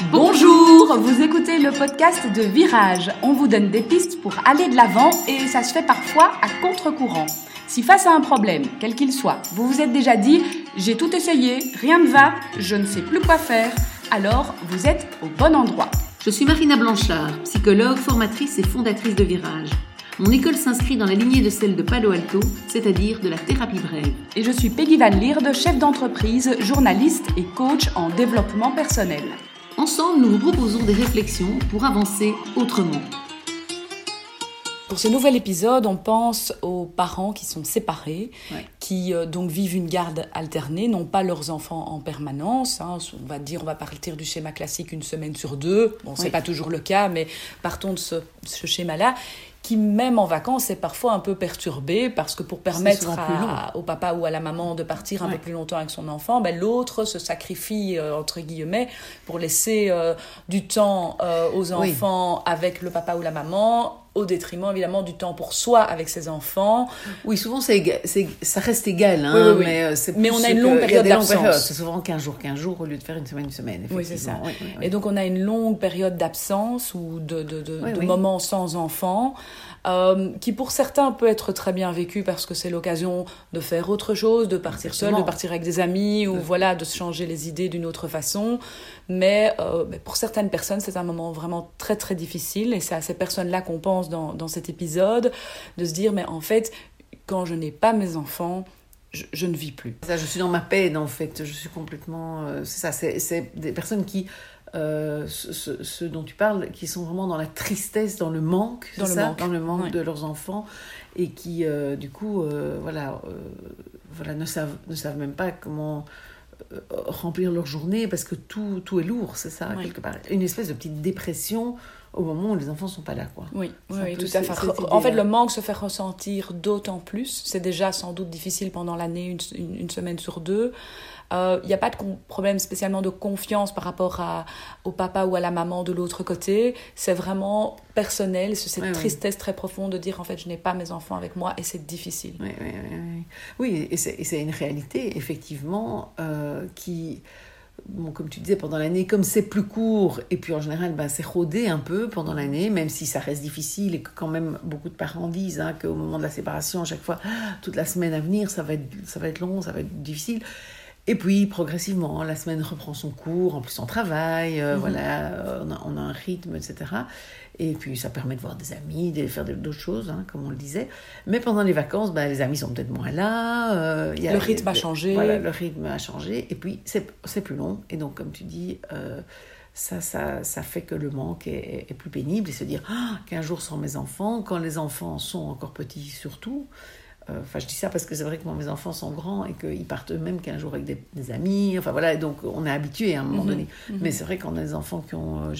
Bonjour, vous écoutez le podcast de Virage. On vous donne des pistes pour aller de l'avant et ça se fait parfois à contre-courant. Si face à un problème, quel qu'il soit, vous vous êtes déjà dit « j'ai tout essayé, rien ne va, je ne sais plus quoi faire », alors vous êtes au bon endroit. Je suis Marina Blanchard, psychologue, formatrice et fondatrice de Virage. Mon école s'inscrit dans la lignée de celle de Palo Alto, c'est-à-dire de la thérapie brève. Et je suis Peggy Van Lierde, chef d'entreprise, journaliste et coach en développement personnel. Ensemble, nous vous proposons des réflexions pour avancer autrement. Pour ce nouvel épisode, on pense aux parents qui sont séparés, qui donc vivent une garde alternée, n'ont pas leurs enfants en permanence. On va partir du schéma classique une semaine sur deux. Bon, c'est pas toujours le cas, mais partons de ce schéma-là, qui même en vacances est parfois un peu perturbé parce que pour permettre au papa ou à la maman de partir un peu plus longtemps avec son enfant, l'autre se sacrifie entre guillemets pour laisser du temps aux enfants avec le papa ou la maman, au détriment évidemment du temps pour soi avec ses enfants. Oui, souvent ça reste égal, mais on a une longue période d'absence. C'est souvent 15 jours au lieu de faire une semaine. Oui, c'est ça. Oui. Et donc on a une longue période d'absence ou de moments sans enfants. Qui pour certains peut être très bien vécu parce que c'est l'occasion de faire autre chose, de partir seul, de partir avec des amis ou de se changer les idées d'une autre façon. Mais pour certaines personnes, c'est un moment vraiment très très difficile et c'est à ces personnes-là qu'on pense dans cet épisode, de se dire mais en fait, quand je n'ai pas mes enfants, je ne vis plus. Ça, je suis dans ma peine en fait, je suis complètement... c'est des personnes qui... ceux dont tu parles, qui sont vraiment dans la tristesse, dans le manque, dans le manque de leurs enfants et qui du coup ne savent même pas comment remplir leur journée parce que tout est lourd, c'est ça, quelque part. Une espèce de petite dépression au moment où les enfants sont pas là, quoi. Oui, tout à fait. En fait, le manque se fait ressentir d'autant plus. C'est déjà sans doute difficile pendant l'année, une semaine sur deux. Il n'y a pas de problème spécialement de confiance par rapport au papa ou à la maman de l'autre côté. C'est vraiment personnel, c'est cette tristesse très profonde de dire en fait je n'ai pas mes enfants avec moi et c'est difficile. Oui, et c'est une réalité effectivement qui... Bon, comme tu disais, pendant l'année, comme c'est plus court, et puis en général, c'est rodé un peu pendant l'année, même si ça reste difficile, et que quand même beaucoup de parents disent qu'au moment de la séparation, à chaque fois, toute la semaine à venir, ça va être long, ça va être difficile. Et puis, progressivement, la semaine reprend son cours, en plus on travaille, on a un rythme, etc. Et puis, ça permet de voir des amis, de faire d'autres choses, comme on le disait. Mais pendant les vacances, les amis sont peut-être moins là. Le rythme a changé. Voilà, le rythme a changé. Et puis, c'est plus long. Et donc, comme tu dis, ça fait que le manque est plus pénible. Et se dire, 15 jours sans mes enfants, quand les enfants sont encore petits surtout... je dis ça parce que c'est vrai que mes enfants sont grands et qu'ils partent eux-mêmes 15 jours avec des amis. Donc on est habitué à un moment donné. Mais c'est vrai qu'on a des enfants qui ont,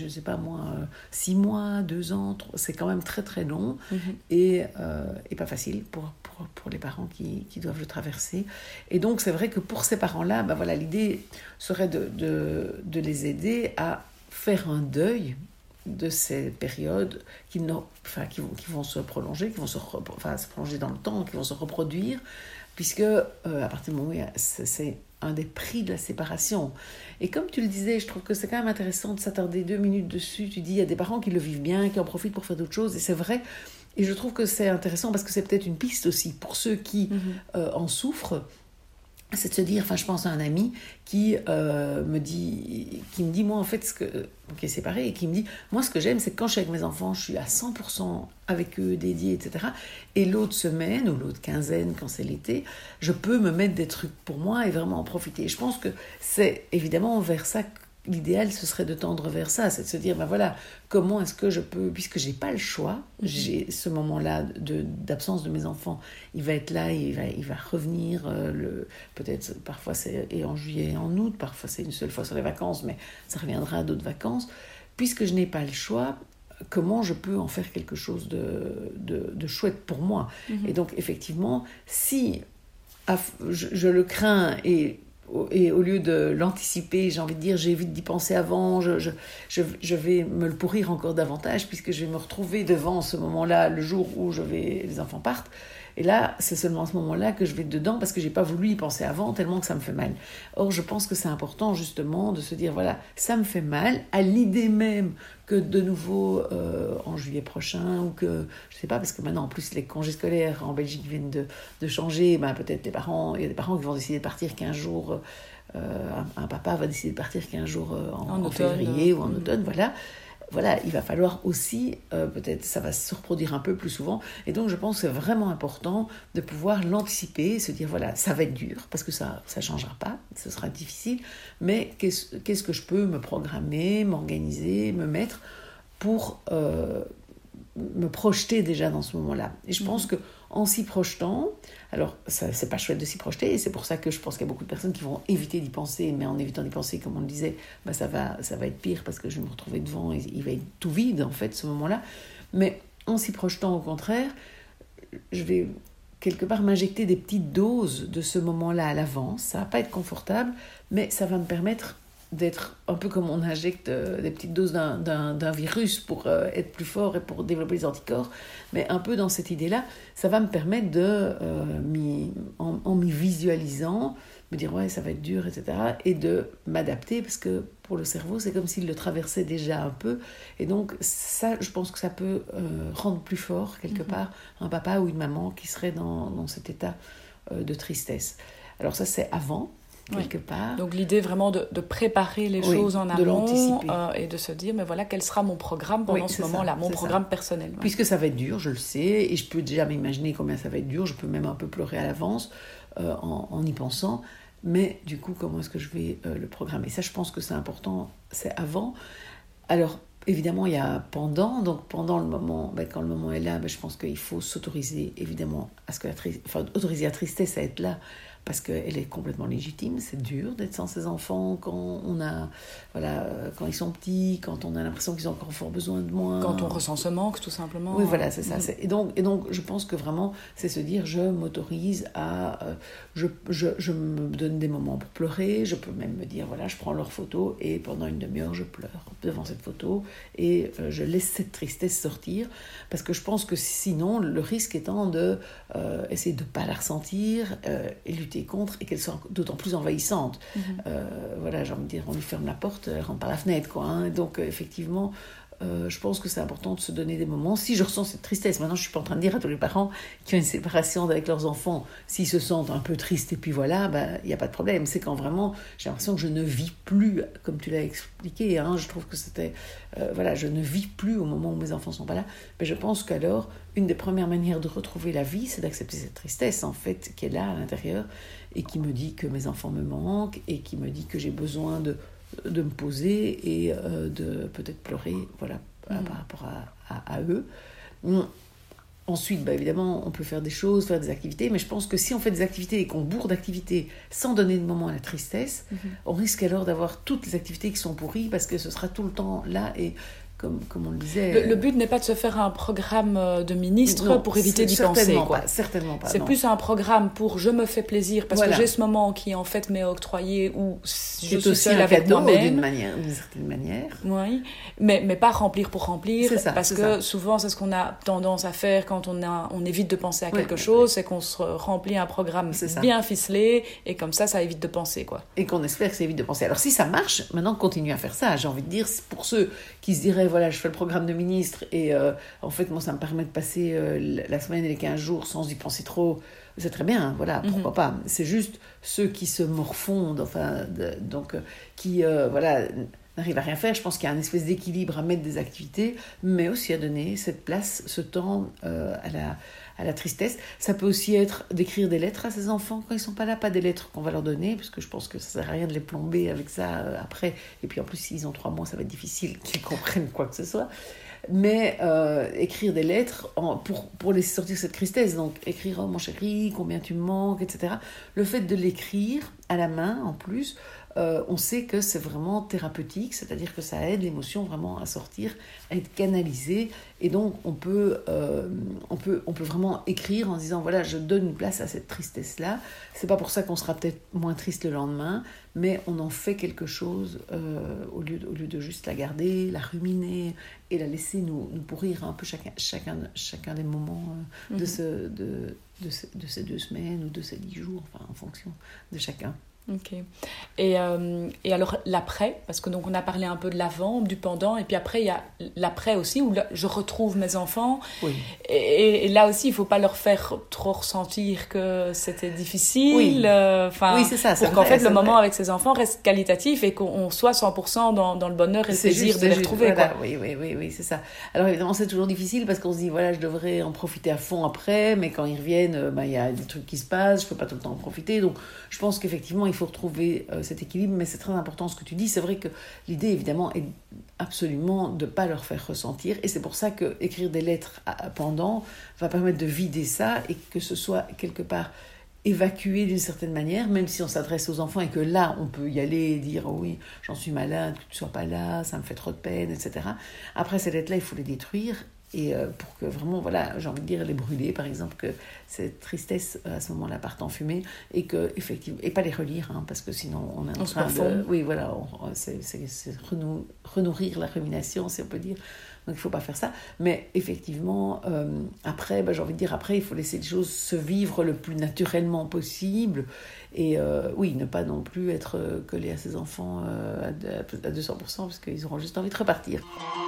6 mois, 2 ans, c'est quand même très très long et pas facile pour les parents qui doivent le traverser. Et donc c'est vrai que pour ces parents-là, l'idée serait de les aider à faire un deuil de ces périodes qui vont se prolonger, qui vont se prolonger dans le temps, qui vont se reproduire, puisque à partir du moment où c'est un des prix de la séparation. Et comme tu le disais, je trouve que c'est quand même intéressant de s'attarder 2 minutes dessus. Tu dis, il y a des parents qui le vivent bien, qui en profitent pour faire d'autres choses, et c'est vrai. Et je trouve que c'est intéressant parce que c'est peut-être une piste aussi pour ceux qui en souffrent. C'est de se dire, je pense à un ami qui me dit, moi en fait, qui est séparé et qui me dit, moi ce que j'aime c'est que quand je suis avec mes enfants, je suis à 100% avec eux, dédiée, etc. Et l'autre semaine ou l'autre quinzaine, quand c'est l'été, je peux me mettre des trucs pour moi et vraiment en profiter. Et je pense que c'est évidemment vers ça l'idéal, ce serait de tendre vers ça, c'est de se dire, comment est-ce que je peux, puisque j'ai pas le choix, j'ai ce moment-là d'absence de mes enfants, il va être là, il va revenir, peut-être parfois c'est en juillet et en août, parfois c'est une seule fois sur les vacances, mais ça reviendra à d'autres vacances. Puisque je n'ai pas le choix, comment je peux en faire quelque chose de chouette pour moi. Et donc effectivement, si je le crains et au lieu de l'anticiper, j'ai envie de dire, j'évite d'y penser avant, je vais me le pourrir encore davantage puisque je vais me retrouver devant ce moment-là, le jour où les enfants partent, Et là, c'est seulement à ce moment-là que je vais dedans parce que j'ai pas voulu y penser avant, tellement que ça me fait mal. Or, je pense que c'est important justement de se dire, voilà, ça me fait mal, à l'idée même que de nouveau en juillet prochain, ou que, je sais pas, parce que maintenant en plus les congés scolaires en Belgique viennent de changer, peut-être il y a des parents qui vont décider de partir 15 jours, un papa va décider de partir 15 jours en février ou en automne, voilà, il va falloir aussi, peut-être ça va se reproduire un peu plus souvent, et donc je pense que c'est vraiment important de pouvoir l'anticiper, se dire voilà, ça va être dur, parce que ça changera pas, ce sera difficile, mais qu'est-ce que je peux me programmer, m'organiser, me mettre pour me projeter déjà dans ce moment-là. Et je pense qu'en s'y projetant, alors ça, c'est pas chouette de s'y projeter, et c'est pour ça que je pense qu'il y a beaucoup de personnes qui vont éviter d'y penser, mais en évitant d'y penser, comme on le disait, ça va être pire parce que je vais me retrouver devant et il va être tout vide en fait ce moment-là. Mais en s'y projetant au contraire, je vais quelque part m'injecter des petites doses de ce moment-là à l'avance. Ça va pas être confortable, mais ça va me permettre d'être un peu comme on injecte des petites doses d'un virus pour être plus fort et pour développer les anticorps, mais un peu dans cette idée-là, ça va me permettre de, en m'y visualisant, me dire ouais, ça va être dur, etc., et de m'adapter, parce que pour le cerveau, c'est comme s'il le traversait déjà un peu, et donc ça, je pense que ça peut rendre plus fort, quelque part, un papa ou une maman qui serait dans cet état de tristesse. Alors ça, c'est avant, quelque part. Donc l'idée vraiment de préparer les choses en amont et de se dire, mais voilà, quel sera mon programme pendant ce moment-là, mon programme personnel. Ouais. Puisque ça va être dur, je le sais, et je peux déjà m'imaginer combien ça va être dur, je peux même un peu pleurer à l'avance en y pensant, mais du coup, comment est-ce que je vais le programmer ? Ça, je pense que c'est important, c'est avant. Alors, évidemment, il y a pendant, donc pendant le moment, quand le moment est là, je pense qu'il faut s'autoriser, évidemment, autoriser la tristesse à être là, parce qu'elle est complètement légitime. C'est dur d'être sans ses enfants quand quand ils sont petits, quand on a l'impression qu'ils ont encore fort besoin de moi. Quand on ressent ce manque, tout simplement. Oui, voilà, c'est ça. Et donc, je pense que vraiment, c'est se dire, je m'autorise à... je me donne des moments pour pleurer. Je peux même me dire, voilà, je prends leur photo et pendant une demi-heure, je pleure devant cette photo et je laisse cette tristesse sortir. Parce que je pense que sinon, le risque étant de essayer de ne pas la ressentir et lutter contre, et qu'elle soit d'autant plus envahissante. Voilà, j'ai envie de dire, on lui ferme la porte, elle rentre par la fenêtre, quoi. Hein. Donc, effectivement, je pense que c'est important de se donner des moments. Si je ressens cette tristesse, maintenant, je ne suis pas en train de dire à tous les parents qui ont une séparation avec leurs enfants, s'ils se sentent un peu tristes, et puis voilà, il n'y a pas de problème. C'est quand vraiment, j'ai l'impression que je ne vis plus, comme tu l'as expliqué, hein, je trouve que c'était... voilà, je ne vis plus au moment où mes enfants ne sont pas là. Mais je pense qu'alors, une des premières manières de retrouver la vie, c'est d'accepter cette tristesse, en fait, qui est là, à l'intérieur, et qui me dit que mes enfants me manquent, et qui me dit que j'ai besoin de me poser et de peut-être pleurer, voilà, par rapport à eux. Ensuite, évidemment, on peut faire des choses, faire des activités, mais je pense que si on fait des activités et qu'on bourre d'activités sans donner de moment à la tristesse, on risque alors d'avoir toutes les activités qui sont pourries, parce que ce sera tout le temps là, et comme on le disait... Le but n'est pas de se faire un programme de ministre pour éviter d'y penser. Certainement pas. C'est plus un programme pour je me fais plaisir, parce que j'ai ce moment qui en fait m'est octroyé, où je suis seule avec moi-même. D'une certaine manière. Oui, mais pas remplir pour remplir, parce que ça. Souvent c'est ce qu'on a tendance à faire quand on évite de penser à quelque chose, c'est qu'on se remplit un programme bien ficelé, et comme ça évite de penser, quoi. Et qu'on espère que ça évite de penser. Alors si ça marche, maintenant continue à faire ça. J'ai envie de dire, pour ceux qui se diraient voilà, je fais le programme de ministre et en fait, moi, ça me permet de passer la semaine et les 15 jours sans y penser trop. C'est très bien, voilà, pourquoi pas. C'est juste ceux qui se morfondent, qui, n'arrivent à rien faire. Je pense qu'il y a un espèce d'équilibre à mettre des activités, mais aussi à donner cette place, ce temps à la tristesse. Ça peut aussi être d'écrire des lettres à ses enfants quand ils ne sont pas là, pas des lettres qu'on va leur donner, parce que je pense que ça ne sert à rien de les plomber avec ça après. Et puis en plus, s'ils ont 3 mois, ça va être difficile qu'ils comprennent quoi que ce soit. Mais écrire des lettres pour laisser sortir cette tristesse. Donc écrire « Oh mon chéri, combien tu me manques », etc. Le fait de l'écrire à la main, en plus, on sait que c'est vraiment thérapeutique, c'est-à-dire que ça aide l'émotion vraiment à sortir, à être canalisée, et donc on peut vraiment écrire en disant voilà, je donne une place à cette tristesse-là. C'est pas pour ça qu'on sera peut-être moins triste le lendemain, mais on en fait quelque chose au lieu de juste la garder, la ruminer et la laisser nous pourrir un peu chacun des moments de de ces 2 semaines ou de ces 10 jours, enfin, en fonction de chacun. Ok. Et alors l'après, parce que donc on a parlé un peu de l'avant, du pendant, et puis après il y a l'après aussi, où là, je retrouve mes enfants. Oui. Et là aussi, il ne faut pas leur faire trop ressentir que c'était difficile. Oui, oui, c'est ça. Pour qu'en fait, le moment avec ses enfants reste qualitatif et qu'on soit 100% dans le bonheur et le plaisir de les retrouver. Voilà, quoi. Oui, c'est ça. Alors évidemment, c'est toujours difficile parce qu'on se dit, voilà, je devrais en profiter à fond après, mais quand ils reviennent, il y a des trucs qui se passent, je ne peux pas tout le temps en profiter. Donc, je pense qu'effectivement, il faut retrouver cet équilibre, mais c'est très important ce que tu dis. C'est vrai que l'idée, évidemment, est absolument de ne pas leur faire ressentir, et c'est pour ça que écrire des lettres pendant va permettre de vider ça et que ce soit quelque part évacué d'une certaine manière, même si on s'adresse aux enfants et que là on peut y aller et dire oh oui, j'en suis malade, que tu ne sois pas là, ça me fait trop de peine, etc. Après ces lettres-là, il faut les détruire. Et pour que vraiment, voilà, j'ai envie de dire, les brûler, par exemple, que cette tristesse, à ce moment-là, parte en fumée, et que, effectivement, et pas les relire, hein, parce que sinon, on est en train de... Oui, voilà, c'est renourrir la rumination, si on peut dire. Donc, il ne faut pas faire ça. Mais, effectivement, après, j'ai envie de dire, après, il faut laisser les choses se vivre le plus naturellement possible. Et oui, ne pas non plus être collé à ses enfants à 200%, parce qu'ils auront juste envie de repartir.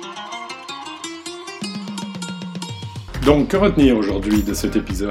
Donc, que retenir aujourd'hui de cet épisode ?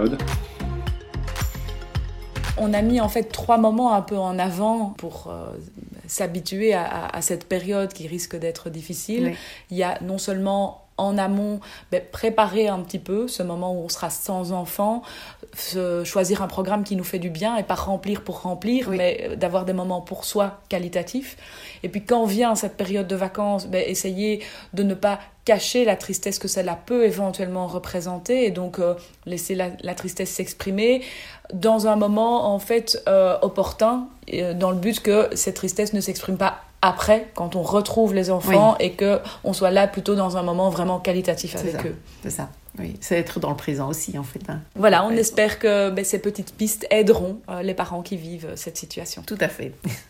On a mis en fait 3 moments un peu en avant pour s'habituer à cette période qui risque d'être difficile. Oui. Il y a non seulement en amont, préparer un petit peu ce moment où on sera sans enfant, choisir un programme qui nous fait du bien et pas remplir pour remplir, oui. Mais d'avoir des moments pour soi qualitatifs. Et puis quand vient cette période de vacances, essayer de ne pas cacher la tristesse que cela peut éventuellement représenter et donc laisser la tristesse s'exprimer dans un moment en fait opportun, dans le but que cette tristesse ne s'exprime pas après, quand on retrouve les enfants, oui. Et qu'on soit là plutôt dans un moment vraiment qualitatif avec eux. C'est ça, oui. C'est être dans le présent aussi, en fait. Hein. Voilà, on espère que ces petites pistes aideront les parents qui vivent cette situation. Tout à fait.